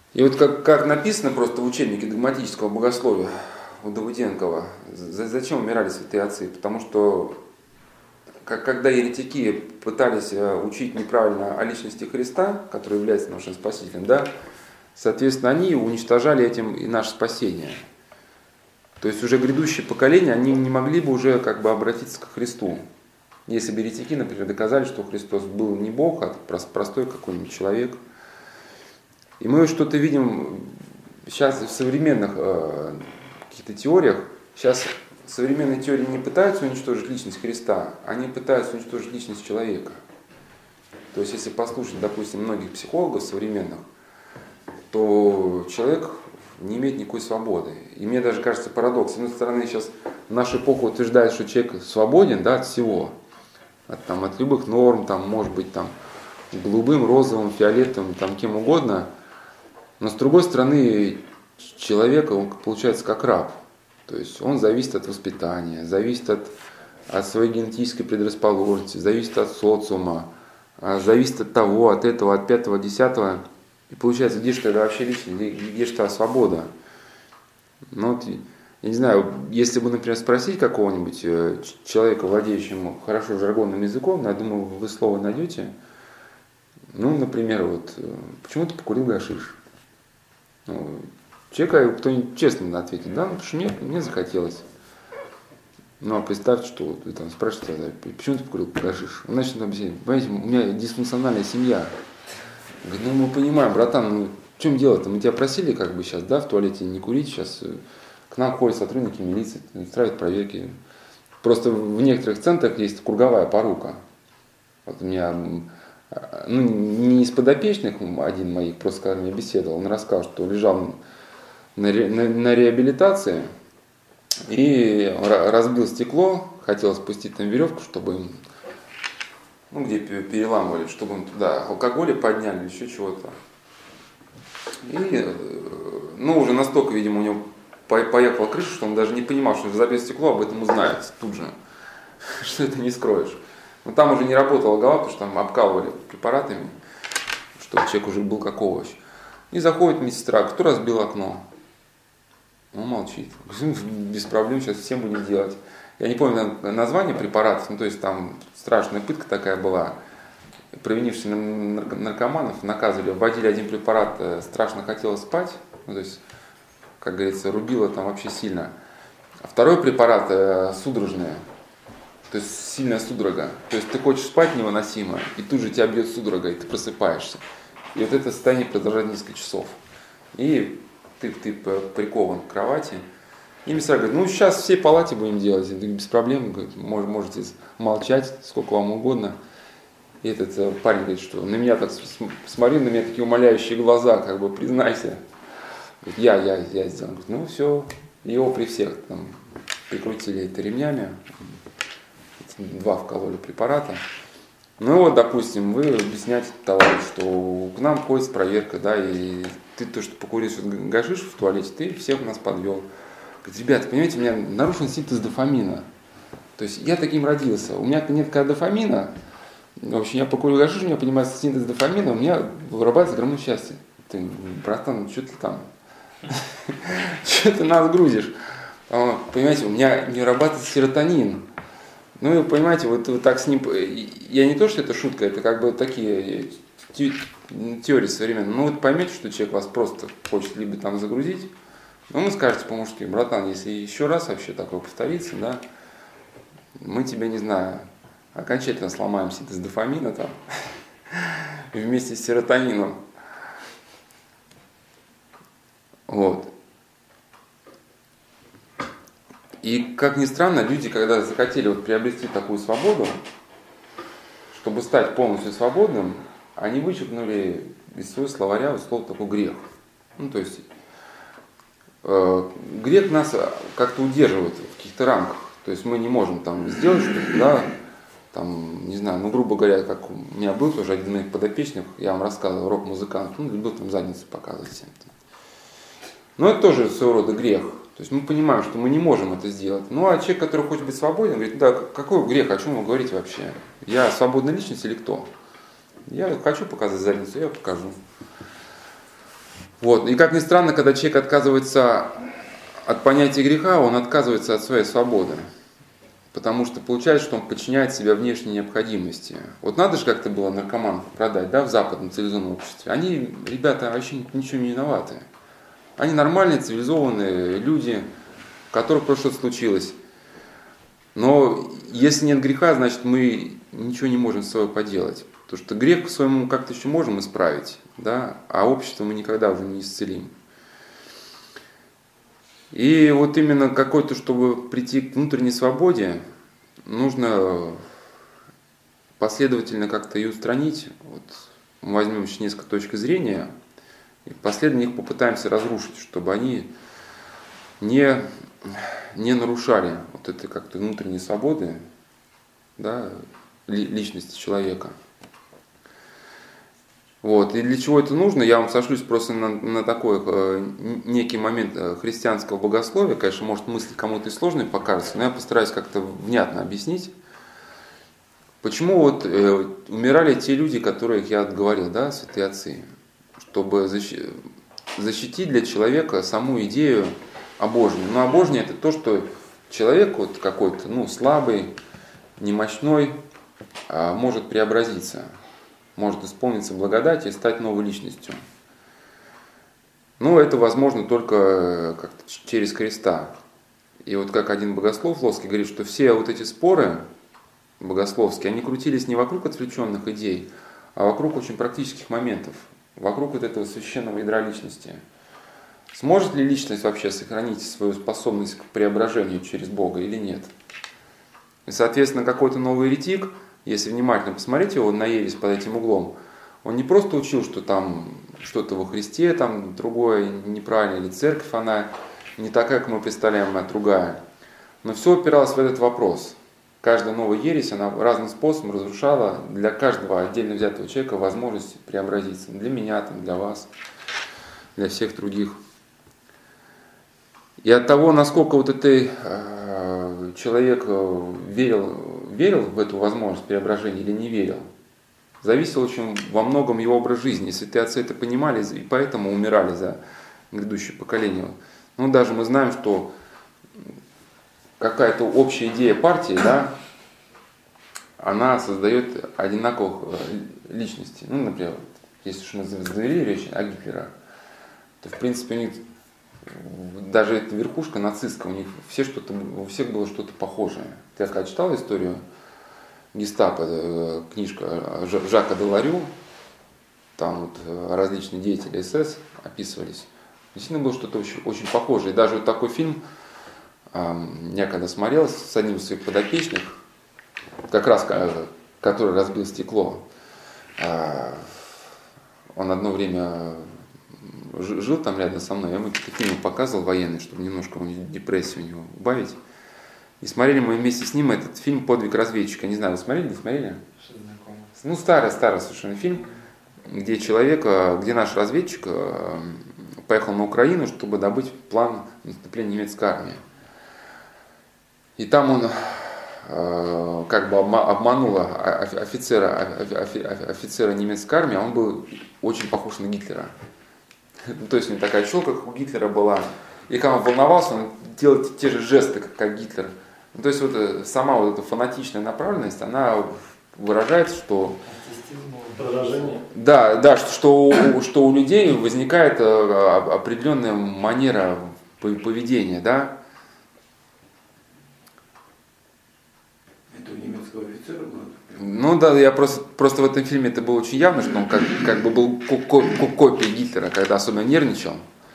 И вот как написано просто в учебнике догматического богословия у Давыденкова, зачем умирали святые отцы? Потому что когда еретики пытались учить неправильно о личности Христа, который является нашим Спасителем, да, соответственно, они уничтожали этим и наше спасение. То есть уже грядущие поколения, они не могли бы уже как бы обратиться к Христу. Если бы еретики, например, доказали, что Христос был не Бог, а простой какой-нибудь человек. И мы что-то видим сейчас в современных каких-то теориях. Сейчас современные теории не пытаются уничтожить личность Христа, они пытаются уничтожить личность человека. То есть, если послушать, допустим, многих психологов современных, то человек не имеет никакой свободы. И мне даже кажется парадокс. С одной стороны, сейчас наша эпоха утверждает, что человек свободен, да, от всего. От любых норм, там, может быть, там, голубым, розовым, фиолетовым, там, кем угодно. Но с другой стороны, человек, он получается как раб. То есть он зависит от воспитания, зависит от своей генетической предрасположенности, зависит от социума, зависит от того, от этого, от пятого, десятого. И получается, где же тогда вообще личность, где же та свобода? Ну, вот, я не знаю, если бы, например, спросить какого-нибудь человека, владеющего хорошо жаргонным языком, я думаю, вы слово найдете. Ну, например, вот, почему ты покурил гашиш? Ну, человека кто-нибудь честно ответит, да, ну, потому что мне захотелось. Ну, а представьте, что вы там спрашиваете, почему ты покурил гашиш? Он начнет объяснять, понимаете, у меня дисфункциональная семья. Говорит, ну мы понимаем, братан, ну в чем дело-то? Мы тебя просили как бы сейчас, да, в туалете не курить, сейчас к нам ходят сотрудники милиции, устраивают проверки. Просто в некоторых центрах есть круговая порука. Вот у меня, ну не из подопечных, один моих, просто когда мне беседовал, он рассказал, что лежал на реабилитации и разбил стекло, хотел спустить там веревку, чтобы им, ну, где переламывали, чтобы он туда алкоголя подняли, еще чего-то. И, ну, уже настолько, видимо, у него поехала крыша, что он даже не понимал, что забив стекло, об этом узнает тут же, что это не скроешь. Но там уже не работала голова, потому что там обкалывали препаратами, что человек уже был как овощ. И заходит медсестра, кто разбил окно? Он молчит. Без проблем, сейчас всем будем делать. Я не помню название препаратов, ну то есть там страшная пытка такая была. Провинившихся наркоманов наказывали, вводили один препарат, страшно хотелось спать, ну, то есть, как говорится, рубило там вообще сильно. А второй препарат судорожный, то есть сильная судорога. То есть ты хочешь спать невыносимо, и тут же тебя бьет судорога, и ты просыпаешься. И вот это состояние продолжает несколько часов. И ты прикован к кровати. И медсестра говорит, ну сейчас всей палате будем делать, без проблем, говорит, можете молчать сколько вам угодно. И этот парень говорит, что на меня так смотрел, на меня такие умоляющие глаза, как бы признайся. Говорит, я сделал. Говорит, ну все, его при всех там прикрутили это ремнями, 2 вкололи препарата. Ну вот, допустим, вы объясняете товарищу, что к нам ходит проверка, да, и ты то, что покурил гашиш в туалете, ты всех нас подвел. Говорит, ребята, понимаете, у меня нарушен синтез дофамина. То есть я таким родился. У меня нет дофамина. В общем, я покурил гашиш, у меня поднимается синтез дофамина, у меня вырабатывается гормон счастья. Ты, братан, что ты там? Что ты нас грузишь? Понимаете, у меня не вырабатывается серотонин. Ну, и понимаете, вот так с ним... Я не то, что это шутка, это как бы такие теории современные. Ну, вот поймете, что человек вас просто хочет либо там загрузить, ну, вы скажете по-мужски, братан, если еще раз вообще такое повторится, да, мы тебя, не знаю, окончательно сломаем синтез дофамина там вместе с серотонином. Вот. И, как ни странно, люди, когда захотели вот приобрести такую свободу, чтобы стать полностью свободным, они вычеркнули из своего словаря вот слово такое грех. Ну, то есть грех нас как-то удерживает в каких-то рамках. То есть мы не можем там сделать что-то, да, там, не знаю, ну, грубо говоря, как у меня был тоже один из моих подопечных, я вам рассказывал, рок-музыкант, ну, любил там задницу показывать всем. Но это тоже своего рода грех. То есть мы понимаем, что мы не можем это сделать. Ну, а человек, который хочет быть свободен, говорит, да, какой грех, о чем вы говорите вообще? Я свободная личность или кто? Я хочу показать задницу, я покажу. Вот. И как ни странно, когда человек отказывается от понятия греха, он отказывается от своей свободы. Потому что получается, что он подчиняет себя внешней необходимости. Вот надо же как-то было наркоманов продать, да, в западном цивилизованном обществе. Они, ребята, вообще ничего не виноваты. Они нормальные, цивилизованные люди, у которых просто что-то случилось. Но если нет греха, значит мы ничего не можем с собой поделать. Потому что грех своему как-то еще можем исправить, да, а общество мы никогда уже не исцелим. И вот именно какой-то, чтобы прийти к внутренней свободе, нужно последовательно как-то ее устранить. Вот мы возьмем еще несколько точек зрения и последовательно их попытаемся разрушить, чтобы они не нарушали вот этой как-то внутренней свободы, да, личности человека. Вот. И для чего это нужно, я вам сошлюсь просто на такой некий момент христианского богословия. Конечно, может мысли кому-то и сложной покажутся, но я постараюсь как-то внятно объяснить. Почему вот умирали те люди, которых я говорил, да, святые отцы, чтобы защитить для человека саму идею обожения. Но обожение это то, что человек вот какой-то, слабый, немощной, может преобразиться. Может исполниться благодать и стать новой личностью. Но это возможно только как-то через креста. И вот как один богослов Лоский говорит, что все вот эти споры богословские, они крутились не вокруг отвлеченных идей, а вокруг очень практических моментов, вокруг вот этого священного ядра личности. Сможет ли личность вообще сохранить свою способность к преображению через Бога или нет? И, соответственно, какой-то новый еретик, если внимательно посмотреть его на ересь под этим углом, он не просто учил, что там что-то во Христе, там другое неправильно, или церковь, она не такая, как мы представляем, а другая. Но все упиралось в этот вопрос. Каждая новая ересь, она разным способом разрушала для каждого отдельно взятого человека возможность преобразиться. Для меня, там, для вас, для всех других. И от того, насколько вот этот человек верил в эту возможность преображения или не верил, зависел очень во многом его образ жизни. Святые отцы это понимали и поэтому умирали за грядущее поколение. Ну, даже мы знаем, что какая-то общая идея партии, да, она создает одинаковых личностей. Ну, например, если уж мы завели речь о Гитлере, то в принципе у них даже эта верхушка нацистская, у всех было что-то похожее. Я когда читал историю гестапо, книжка Жака Деларю, там вот различные деятели СС описывались. Действительно было что-то очень, очень похожее. И даже вот такой фильм я когда смотрел с одним из своих подопечных, как раз который разбил стекло, он одно время жил там рядом со мной, я ему какие-то фильмы показывал военные, чтобы немножко депрессию у него убавить. И смотрели мы вместе с ним этот фильм «Подвиг разведчика». Не знаю, вы смотрели, не смотрели? Ну, старый совершенно фильм, где наш разведчик поехал на Украину, чтобы добыть план наступления немецкой армии. И там он как бы обманул офицера немецкой армии, а он был очень похож на Гитлера. То есть у него такая челка, как у Гитлера была. И когда он волновался, он делал те же жесты, как Гитлер. То есть вот сама вот эта фанатичная направленность, она выражается, что... Да, что у людей возникает определенная манера поведения, да. Это у немецкого офицера было? Ну да, я просто в этом фильме это было очень явно, что он как бы был копией Гитлера, когда особенно нервничал.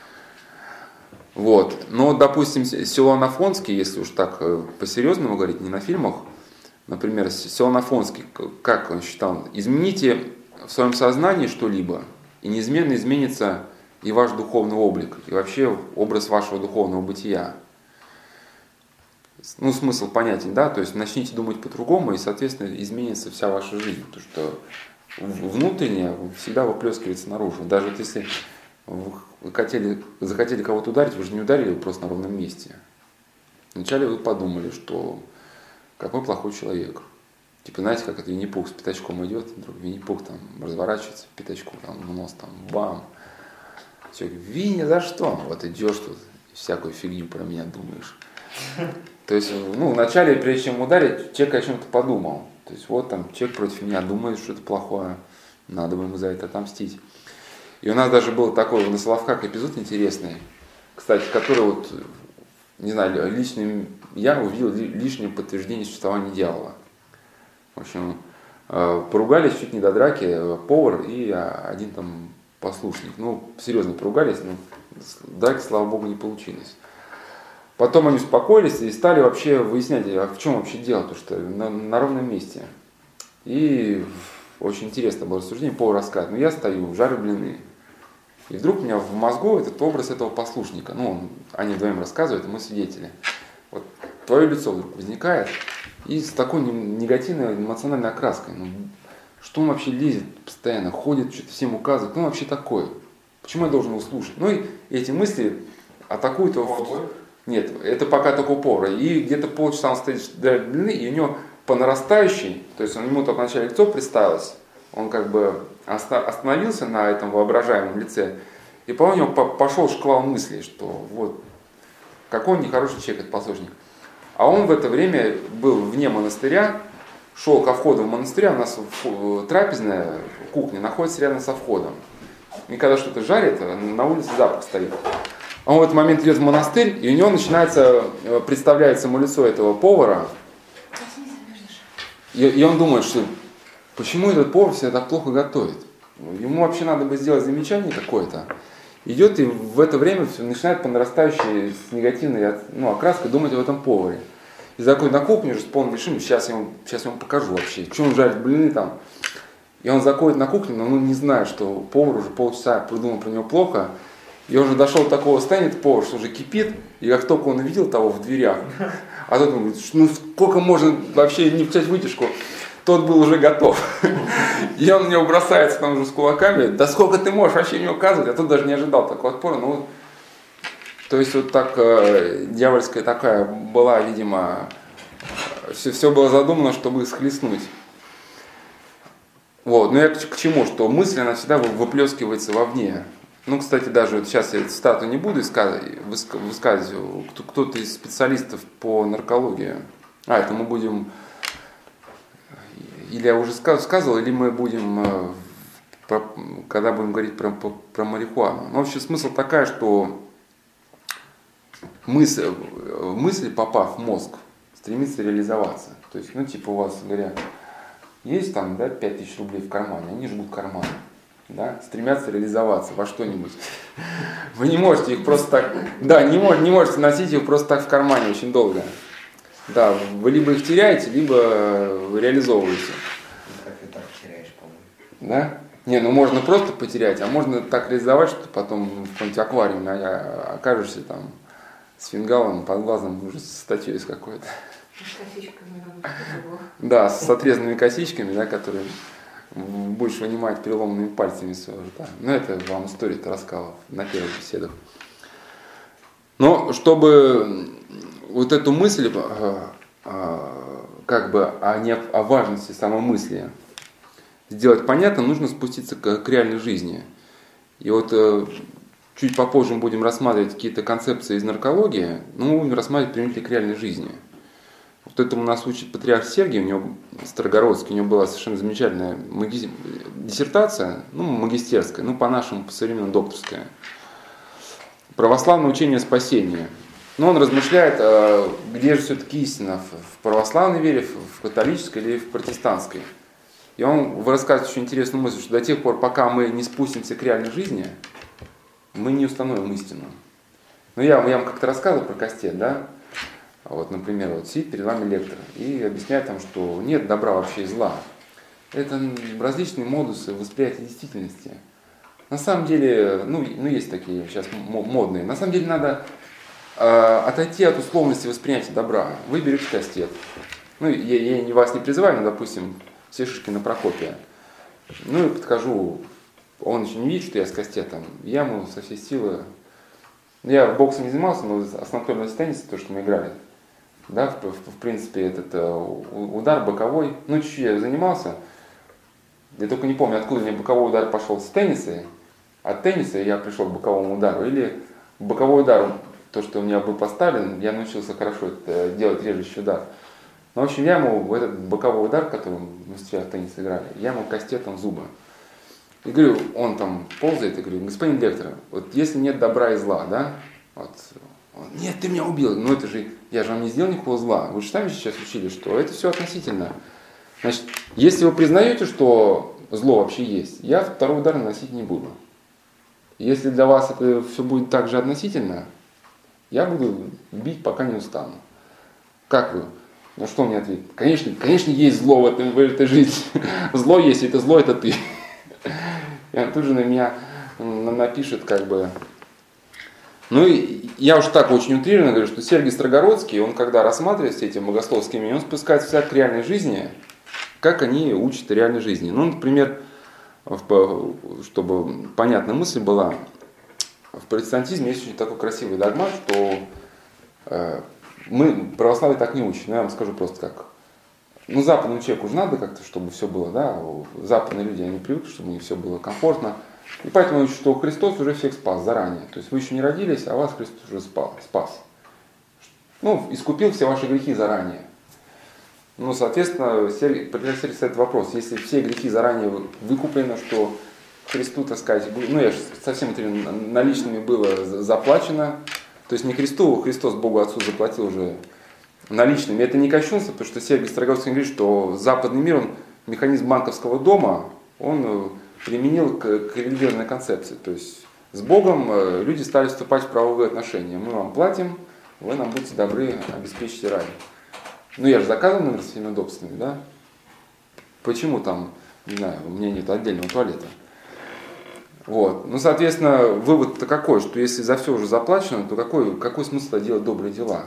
Вот. Но, допустим, Силуан Афонский, если уж так по-серьезному говорить, не на фильмах, например, Силуан Афонский, как он считал, измените в своем сознании что-либо, и неизменно изменится и ваш духовный облик, и вообще образ вашего духовного бытия. Ну, смысл понятен, да, то есть начните думать по-другому, и, соответственно, изменится вся ваша жизнь, потому что внутреннее всегда выплескивается наружу. Даже вот если вы захотели кого-то ударить, вы же не ударили его просто на ровном месте. Вначале вы подумали, что какой плохой человек. Типа, знаете, как это Винни-Пух с пятачком идет, вдруг Винни-Пух там разворачивается, пятачку там в нос, там бам. Человек, Ви, ни за что. Вот идешь тут, всякую фигню про меня думаешь. То есть, вначале, прежде чем ударить, человек о чем-то подумал. То есть, вот там человек против меня думает что-то плохое, надо бы ему за это отомстить. И у нас даже был такой на Соловках эпизод интересный, кстати, который вот, не знаю, личным я увидел лишнее подтверждение существования дьявола. В общем, поругались чуть не до драки повар и один там послушник. Серьезно поругались, но драки, слава богу, не получилось. Потом они успокоились и стали вообще выяснять, а в чем вообще дело, потому что на ровном месте. И очень интересно было рассуждение, повар рассказывает, я стою, жарю блины. И вдруг у меня в мозгу этот образ этого послушника, они вдвоем рассказывают, и мы свидетели. Вот твое лицо вдруг возникает, и с такой негативной эмоциональной окраской. Что он вообще лезет постоянно, ходит, что-то всем указывает, кто он вообще такой? Почему я должен его слушать? И эти мысли атакуют его. Нет, это пока только у повара. И где-то полчаса он стоит для длины, и у него по нарастающей, то есть ему только вначале лицо представилось, он как бы остановился на этом воображаемом лице, и по него пошел шквал мыслей, что вот, какой он нехороший человек, этот послушник. А он в это время был вне монастыря, шел ко входу в монастырь, у нас трапезная кухня находится рядом со входом. И когда что-то жарит, на улице запах стоит. Он в этот момент идет в монастырь, и у него представляется ему лицо этого повара. И он думает, что почему этот повар себя так плохо готовит? Ему вообще надо бы сделать замечание какое-то. Идет и в это время начинает по нарастающей с негативной окраской думать об этом поваре. И заходит на кухню уже с полным решением, сейчас я ему покажу вообще, что он жарит блины там. И он заходит на кухню, но не знает, что повар уже полчаса придумал про него плохо. И он уже дошел до такого состояния, повар, что уже кипит. И как только он увидел того в дверях, а тот говорит, сколько можно вообще не включать вытяжку, тот был уже готов. И он на него бросается там уже с кулаками, да сколько ты можешь вообще мне указывать, а тот даже не ожидал такого отпора. То есть вот так дьявольская такая была, видимо, все было задумано, чтобы их схлестнуть. Вот, но я к чему, что мысль, она всегда выплескивается вовне. Кстати, даже вот сейчас я цитату не буду высказывать, кто-то из специалистов по наркологии. Это мы будем, или я уже сказывал, или мы будем, когда будем говорить про марихуану. В общем, смысл такая, что мысль, попав в мозг, стремится реализоваться. То есть, у вас, говорят, есть там, 5000 рублей в кармане, они жгут карман. Стремятся реализоваться во что-нибудь. Вы не можете их просто так, не можете носить их просто так в кармане очень долго. Вы либо их теряете, либо реализовываете. Как ты так теряешь, по-моему. Да? Можно просто потерять, а можно так реализовать, что потом в каком-нибудь аквариуме окажешься там с фингалом под глазом, уже с статьей какой-то. С косичками. Да, с отрезанными косичками, которые будешь вынимать переломными пальцами своего рта. Это вам история-то рассказывал на первых беседах. Но чтобы вот эту мысль, о важности самой мысли сделать понятно, нужно спуститься к реальной жизни. И вот чуть попозже мы будем рассматривать какие-то концепции из наркологии, но мы будем рассматривать применительно к реальной жизни. Вот этому нас учит патриарх Сергий, у него Старогородский, у него была совершенно замечательная диссертация, магистерская, по-нашему, по-современному докторская. Православное учение спасения. Но он размышляет, где же все-таки истина, в православной вере, в католической или в протестантской. И он высказывает очень интересную мысль, что до тех пор, пока мы не спустимся к реальной жизни, мы не установим истину. Я вам как-то рассказывал про кастет, да? Например, сидит перед вами лектор и объясняет там, что нет добра вообще и зла. Это различные модусы восприятия действительности. На самом деле, есть такие сейчас модные. На самом деле надо отойти от условности восприятия добра. Вы берете кастет. Я вас не призываю, допустим, все шишки на Прокопия. И подхожу, он еще не видит, что я с кастетом. Я ему со всей силы... Я боксом не занимался, но с Анатолием Теннисе, то, что мы играли. В принципе, этот удар боковой. Чуть-чуть я занимался. Я только не помню, откуда мне боковой удар пошел с тенниса. от тенниса, и я пришел к боковому удару, или боковой удар, то, что у меня был поставлен, я научился хорошо это делать режущий удар. Ну, в общем, я ему в этот боковой удар, которым мы сейчас в теннис играли, я ему кастетом в зубы. И говорю, он там ползает, и говорю, господин лектор, вот если нет добра и зла, да, вот, он, нет, ты меня убил, ну это же, я же вам не сделал никакого зла, вы же сами сейчас учили, что это все относительно. Значит, если вы признаете, что зло вообще есть, я второй удар наносить не буду. Если для вас это все будет так же относительно, я буду бить, пока не устану. Как вы? Ну что мне ответить? Конечно, есть зло в этой жизни. Зло есть, и это зло, это ты. И он тут же на меня напишет, как бы. Ну и я уж так очень утрированно говорю, что Сергий Строгородский, он когда рассматривает все эти богословские мнения, он спускает всяк к реальной жизни, как они учат реальной жизни. Ну, например, чтобы понятная мысль была, в протестантизме есть очень такой красивый догмат, что мы, православие, так не учим. Но я вам скажу просто как. Ну, западному человеку же надо как-то, чтобы все было, да, западные люди, они привыкли, чтобы у них все было комфортно. И поэтому учат, что Христос уже всех спас заранее. То есть вы еще не родились, а вас Христос уже спас. Ну, искупил все ваши грехи заранее. Ну, соответственно, патриарх Сергий ставит вопрос, если все грехи заранее выкуплены, что Христу, так сказать, ну, я же совсем наличными было заплачено, то есть не Христу, Христос Богу Отцу заплатил уже наличными. Это не кощунство, потому что Сергий Строгородский говорит, что западный мир, он механизм банковского дома, он применил к религиозной концепции. То есть с Богом люди стали вступать в правовые отношения. Мы вам платим, вы нам будьте добры, обеспечите рай. Ну я же заказывал номер с всеми удобствами, да? Почему там, не знаю, у меня нет отдельного туалета? Вот. Ну, соответственно, вывод-то какой, что если за все уже заплачено, то какой смысл делать добрые дела?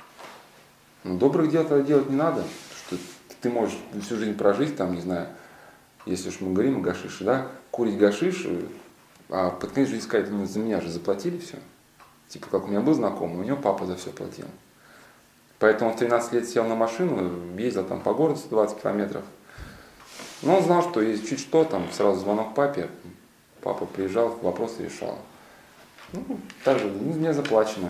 Ну, добрых дел тогда делать не надо, что ты можешь всю жизнь прожить, там, не знаю, если уж мы говорим о гашише, да, курить гашиш, а под конец жизни сказать, ну, за меня же заплатили все. Типа, как у меня был знакомый, у него папа за все платил. Поэтому он в 13 лет сел на машину, ездил там по городу 120 километров. Но он знал, что если чуть что, там сразу звонок папе, папа приезжал, вопросы решал. Ну, также мне заплачено.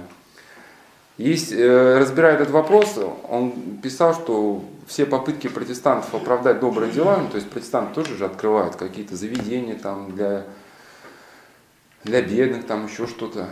Разбирая этот вопрос, он писал, что все попытки протестантов оправдать добрые дела, то есть протестанты тоже же открывают какие-то заведения там для бедных, там еще что-то.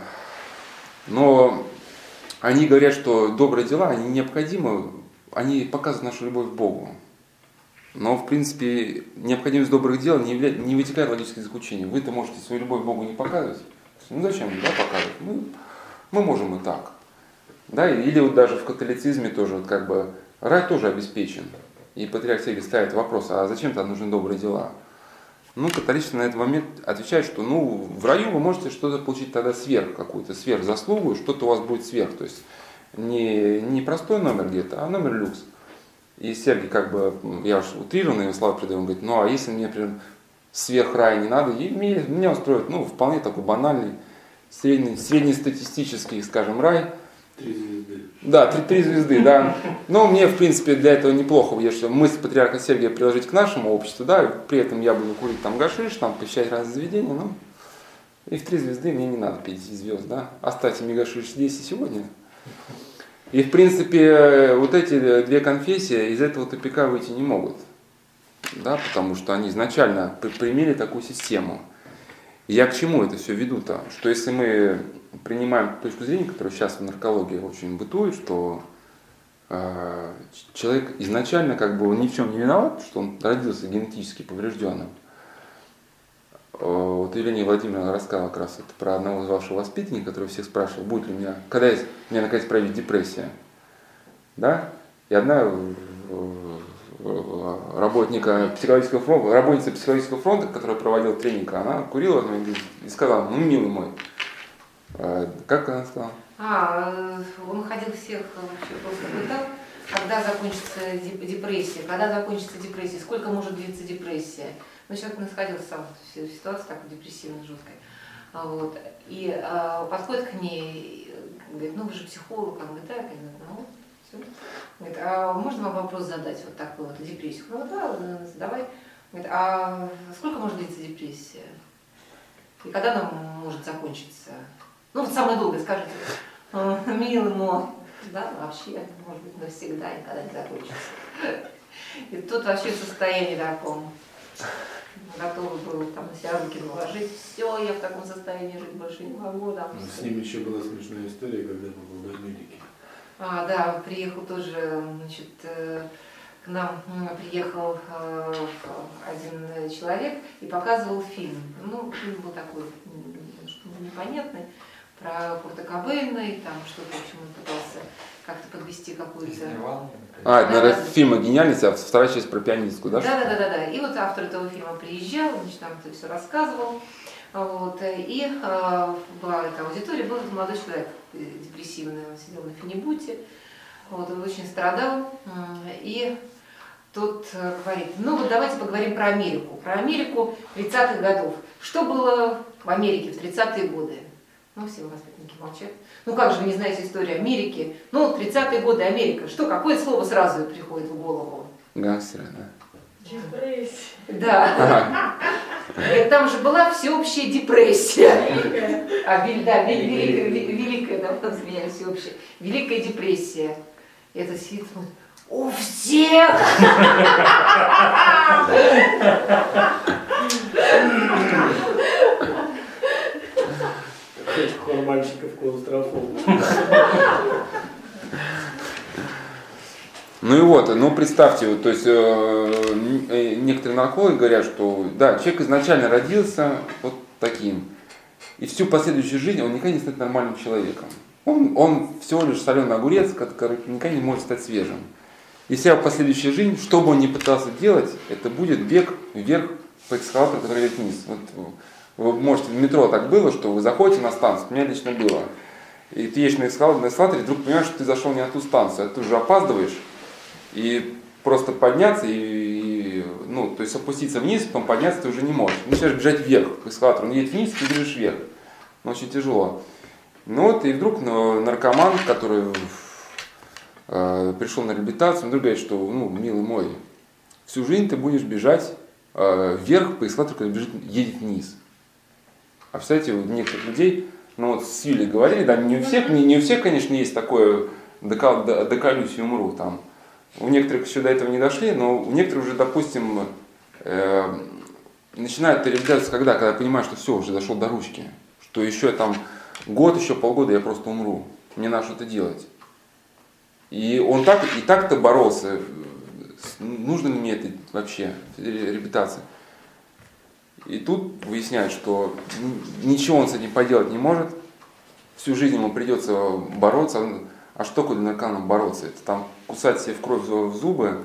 Но они говорят, что добрые дела, они необходимы, они показывают нашу любовь к Богу. Но, в принципе, необходимость добрых дел не вытекает логическое заключение. Вы-то можете свою любовь к Богу не показывать. Ну зачем, да, показывать? Мы можем и так. Да, или вот даже в католицизме тоже вот как бы рай тоже обеспечен. И патриарх Сергий ставит вопрос, а зачем тогда нужны добрые дела? Ну, католичество на этот момент отвечает, что ну, в раю вы можете что-то получить тогда какую-то сверхзаслугу, что-то у вас будет сверх. То есть не простой номер где-то, а номер люкс. И Сергий как бы, я уж утрированно его слова придаю, он говорит, ну а если мне, например, сверх рая не надо, и меня устроит, ну, вполне такой банальный, среднестатистический, скажем, рай. 3 звезды. Да, 3 звезды, да. Но мне, в принципе, для этого неплохо, если мысль патриарха Сергия приложить к нашему обществу, да, и при этом я буду курить там гашиш, там посещать разные заведения, ну, и в 3 звезды мне не надо 50 звезд, да. Оставьте мне гашиш здесь и сегодня. И, в принципе, вот эти две конфессии из этого тупика выйти не могут, да, потому что они изначально применили такую систему. И я к чему это все веду-то? Что если мы принимаем точку зрения, которая сейчас в наркологии очень бытует, что человек изначально как бы он ни в чем не виноват, что он родился генетически поврежденным. Вот Елене Владимировна рассказала как раз это про одного из ваших воспитанников, который всех спрашивал, будет ли когда меня наконец проявит депрессия. Да? И одна работница психологического фронта, которая проводила тренинг, она курила и сказала, ну, милый мой, как она сказала? Он ходил всех вообще просто пытал, когда закончится депрессия, сколько может длиться депрессия. Но человек находился в ситуации такой депрессивной, жуткой. Вот. И подходит к ней, говорит, ну вы же психолог, она говорит, да, ну, все. Говорит, а можно вам вопрос задать вот такой вот, депрессию? Ну да, давай. Говорит, а сколько может длиться депрессия? И когда она может закончиться? Ну, вот самое долгое, скажите, милый мой, да, вообще, может быть, навсегда никогда не закончится. И тут вообще в состоянии таком, готовы был там на себя руки наложить, все, я в таком состоянии жить больше не могу. Да, с ним еще была смешная история, когда был в Америке. Да, приехал тоже, значит, к нам приехал один человек и показывал фильм. Ну, фильм был такой непонятный, про Курта Кобейна, и там что-то, в общем, он пытался как-то подвести какую-то... Это, наверное, фильм о гениальности, а вторая часть про пианистку, да? Да. И вот автор этого фильма приезжал, значит, нам это все рассказывал. Вот, и была эта аудитория, был этот молодой человек депрессивный, он сидел на фенибуте, вот, он очень страдал, и тот говорит, ну вот давайте поговорим про Америку 30-х годов. Что было в Америке в 30-е годы? Ну, все воспитанники молчат. Ну как же вы не знаете историю Америки? Ну, 30-е годы Америка. Что, какое слово сразу приходит в голову? Гангстеры, да. Депрессия. Да. Там же была всеобщая депрессия. Великая, да, потом сменяли всеобщая. Великая депрессия. Это сидит, у всех! Хор мальчиков клаустрофобов. Ну и вот, ну представьте, вот, то есть некоторые наркологи говорят, что да, человек изначально родился вот таким, и всю последующую жизнь он никогда не станет нормальным человеком. Он всего лишь соленый огурец, который никогда не может стать свежим. И вся последующая жизнь, что бы он ни пытался делать, это будет бег вверх по эскалатору, который идет вниз. Вот, вы можете, в метро так было, что вы заходите на станцию, у меня лично было, и ты едешь на эскалаторе, и вдруг понимаешь, что ты зашел не на ту станцию, а ты уже опаздываешь, и просто подняться, ну, то есть опуститься вниз, потом подняться ты уже не можешь. Начинаешь бежать вверх по эскалатору, он едет вниз, ты бежишь вверх. Но очень тяжело. Ну вот, и вдруг наркоман, который пришел на реабилитацию, он вдруг говорит, что, ну, милый мой, всю жизнь ты будешь бежать вверх по эскалатору, когда едет вниз. А представляете, у некоторых людей, ну вот с Юлей говорили, да, не у всех, конечно, есть такое доколюсь и умру там. У некоторых еще до этого не дошли, но у некоторых уже, допустим, начинает реабилитация когда понимаешь, что все, уже дошел до ручки, что еще там год, еще полгода я просто умру, мне надо что-то делать. И он так-то боролся, нужно ли мне это вообще, реабилитация. И тут выясняют, что ничего он с этим поделать не может, всю жизнь ему придется бороться. А что такое для наркомана бороться? Это там кусать себе в кровь в зубы.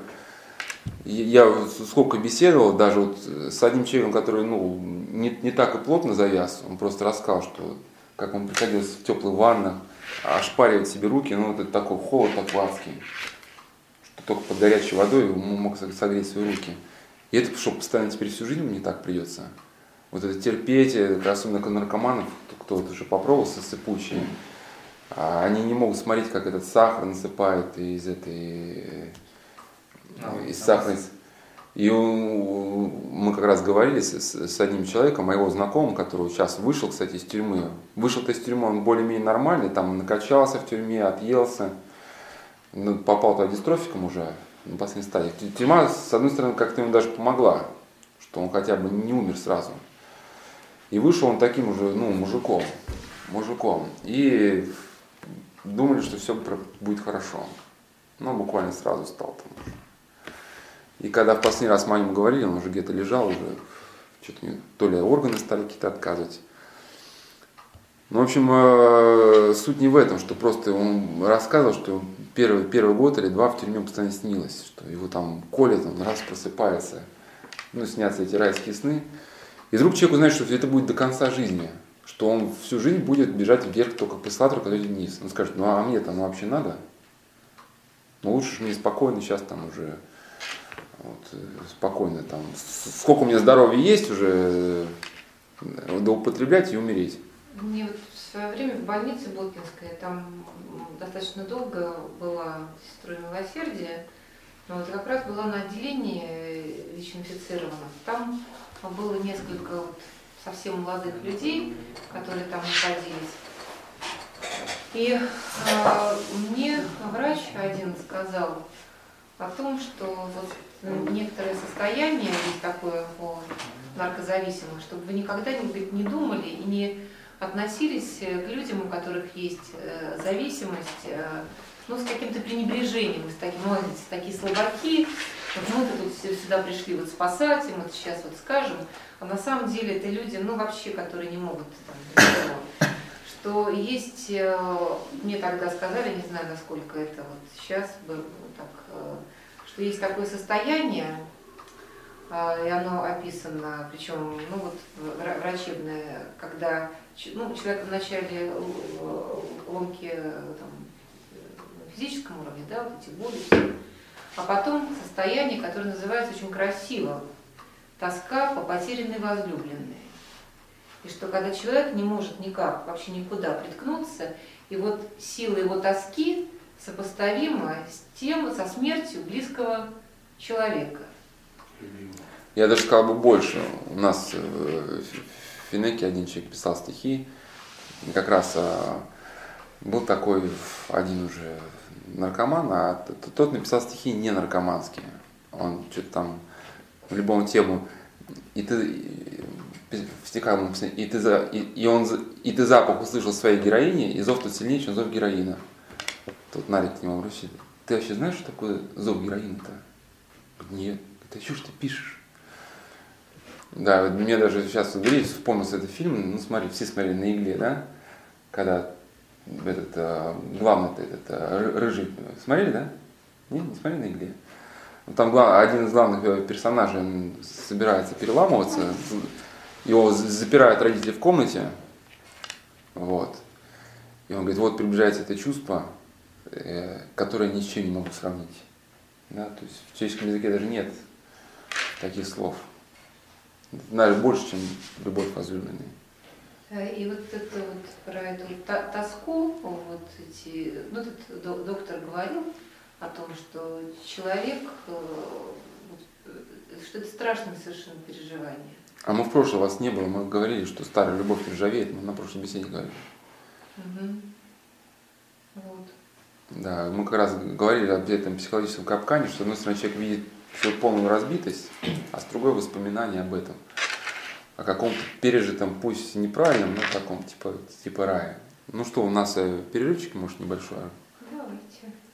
Я сколько беседовал, даже вот с одним человеком, который не так и плотно завяз, он просто рассказал, что как он приходилось в теплых ваннах, ошпаривать себе руки, это такой холод адский, что только под горячей водой он мог согреть свои руки. И это что, постоянно теперь всю жизнь мне так придется? Вот это терпеть, особенно наркоманов, кто вот уже попробовал сыпучие, они не могут смотреть, как этот сахар насыпает из сахарницы. И мы как раз говорили с одним человеком, моего знакомого, который сейчас вышел, кстати, из тюрьмы. Вышел-то из тюрьмы, он более-менее нормальный, там накачался в тюрьме, отъелся, попал туда дистрофиком уже на последней стадии. Тюрьма, с одной стороны, как-то ему даже помогла, что он хотя бы не умер сразу. И вышел он таким уже, мужиком. И думали, что все будет хорошо. Но буквально сразу стал там уже. И когда в последний раз мы о нем говорили, он уже где-то лежал, уже что-то то ли органы стали какие-то отказывать. Ну, в общем, суть не в этом, что просто он рассказывал, что первый год или два в тюрьме постоянно снилось, что его там колят, он раз просыпается, снятся эти райские сны. И вдруг человек узнает, что это будет до конца жизни, что он всю жизнь будет бежать вверх только по эскалатору, когда идет вниз. Он скажет, а мне-то вообще надо? Лучше же мне спокойно сейчас там уже, спокойно там, сколько у меня здоровья есть уже, употреблять и умереть. Мне вот в свое время в больнице Боткинской, там достаточно долго была сестрой милосердия, но вот как раз была на отделении ВИЧ-инфицированных. Там было несколько совсем молодых людей, которые там находились. И мне врач один сказал о том, что вот некоторое состояние есть такое у наркозависимых, чтобы вы никогда не думали и не относились к людям, у которых есть зависимость, ну, с каким-то пренебрежением, с таким, ну, такие слабаки, вот мы тут сюда пришли вот спасать, и мы сейчас вот скажем, а на самом деле это люди, ну, вообще, которые не могут там, ничего. Что есть, мне тогда сказали, не знаю, насколько это вот сейчас было так, что есть такое состояние, и оно описано, причем, ну вот, врачебное, когда ну, человек в начале ломки там, на физическом уровне, да, вот эти боли, а потом состояние, которое называется очень красиво тоска по потерянной возлюбленной. И что когда человек не может никак, вообще никуда приткнуться, и вот сила его тоски сопоставима с тем, со смертью близкого человека. Я даже сказал бы больше. У нас в Финеке один человек писал стихи, и как раз был такой один уже наркоман, а тот написал стихи не наркоманские. Он что-то там в любом тему, и ты в стихах и ты запах услышал своей героине, и зов тут сильнее, чем зов героина. Тут Нарик к нему обращается. Ты вообще знаешь, что такое зов героина-то? Нет. Это что ж ты пишешь? Да, вот мне даже сейчас вот вспомнился этот фильм, ну смотри, все смотрели «На игле», да? Когда этот главный рыжий, смотрели, да? Нет, не смотрели «На игле»? Там один из главных персонажей, он собирается переламываться, его запирают родители в комнате, вот. И он говорит, вот приближается это чувство, которое ни с чем не могу сравнить. Да? То есть в человеческом языке даже нет таких слов. Наверное, больше, чем любовь возлюбленной. И вот это вот про эту тоску, вот эти, ну, этот доктор говорил о том, что человек, что это страшное совершенно переживание. А мы в прошлом вас не было, мы говорили, что старая любовь ржавеет, мы на прошлой беседе говорили. Угу. Вот. Да, мы как раз говорили об этом психологическом капкане, что с одной стороны человек видит свою полную разбитость, а с другой воспоминание об этом. О каком-то пережитом, пусть неправильном, но таком, типа рая. Ну что, у нас перерывчик, может, небольшой? Давайте.